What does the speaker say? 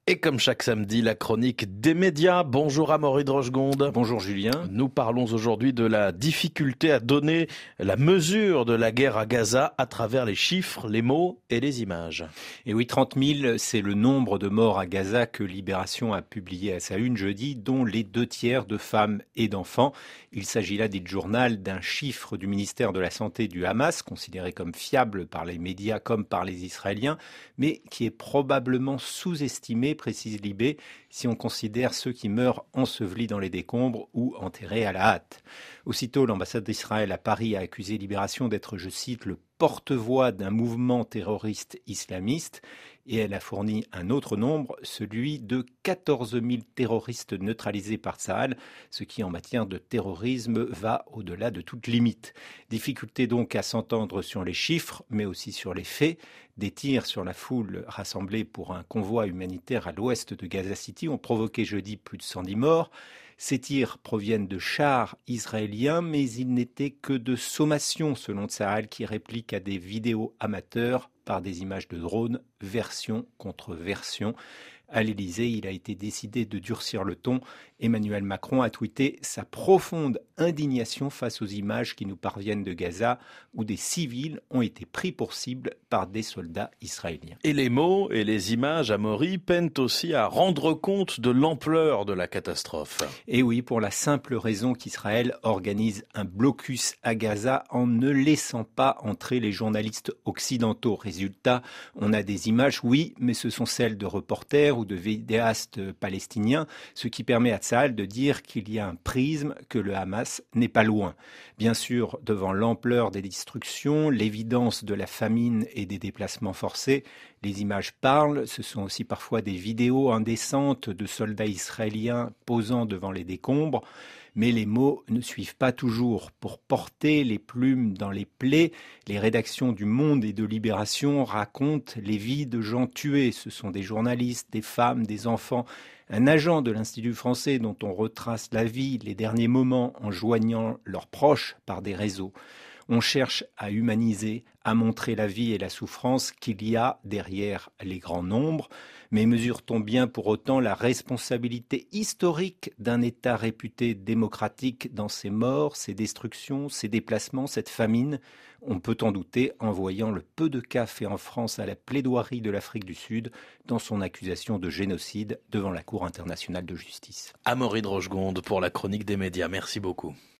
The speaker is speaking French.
Et comme chaque samedi, la chronique des médias. Bonjour Amaury de Rochegonde. Bonjour Julien. Nous parlons aujourd'hui de la difficulté à donner la mesure de la guerre à Gaza à travers les chiffres, les mots et les images. Et oui, 30 000, c'est le nombre de morts à Gaza que Libération a publié à sa une jeudi, dont les 2/3 de femmes et d'enfants. Il s'agit là, dit le journal, d'un chiffre du ministère de la Santé du Hamas, considéré comme fiable par les médias comme par les Israéliens, mais qui est probablement sous-estimé, précise Libé, si on considère ceux qui meurent ensevelis dans les décombres ou enterrés à la hâte. Aussitôt, l'ambassade d'Israël à Paris a accusé Libération d'être, je cite, le porte-voix d'un mouvement terroriste islamiste, et elle a fourni un autre nombre, celui de 14 000 terroristes neutralisés par Tsahal, ce qui en matière de terrorisme va au-delà de toute limite. Difficulté donc à s'entendre sur les chiffres, mais aussi sur les faits. Des tirs sur la foule rassemblée pour un convoi humanitaire à l'ouest de Gaza City ont provoqué jeudi plus de 110 morts. Ces tirs proviennent de chars israéliens, mais ils n'étaient que de sommations, selon Tsahal, qui réplique à des vidéos amateurs par des images de drones, version contre version. À l'Élysée, il a été décidé de durcir le ton. Emmanuel Macron a tweeté sa profonde indignation face aux images qui nous parviennent de Gaza, où des civils ont été pris pour cible par des soldats israéliens. Et les mots et les images, Amaury, peinent aussi à rendre compte de l'ampleur de la catastrophe. Et oui, pour la simple raison qu'Israël organise un blocus à Gaza en ne laissant pas entrer les journalistes occidentaux. Résultat, on a des images, oui, mais ce sont celles de reporters ou de vidéastes palestiniens, ce qui permet à Tsahal de dire qu'il y a un prisme, que le Hamas n'est pas loin. Bien sûr, devant l'ampleur des destructions, l'évidence de la famine et des déplacements forcés, les images parlent. Ce sont aussi parfois des vidéos indécentes de soldats israéliens posant devant les décombres. Mais les mots ne suivent pas toujours. Pour porter les plumes dans les plaies, les rédactions du Monde et de Libération racontent les vies de gens tués. Ce sont des journalistes, des femmes, des enfants. Un agent de l'Institut français dont on retrace la vie, les derniers moments en joignant leurs proches par des réseaux. On cherche à humaniser, à montrer la vie et la souffrance qu'il y a derrière les grands nombres. Mais mesure-t-on bien pour autant la responsabilité historique d'un État réputé démocratique dans ses morts, ses destructions, ses déplacements, cette famine ? On peut en douter en voyant le peu de cas fait en France à la plaidoirie de l'Afrique du Sud dans son accusation de génocide devant la Cour internationale de justice. Amaury de Rochegonde pour la chronique des médias. Merci beaucoup.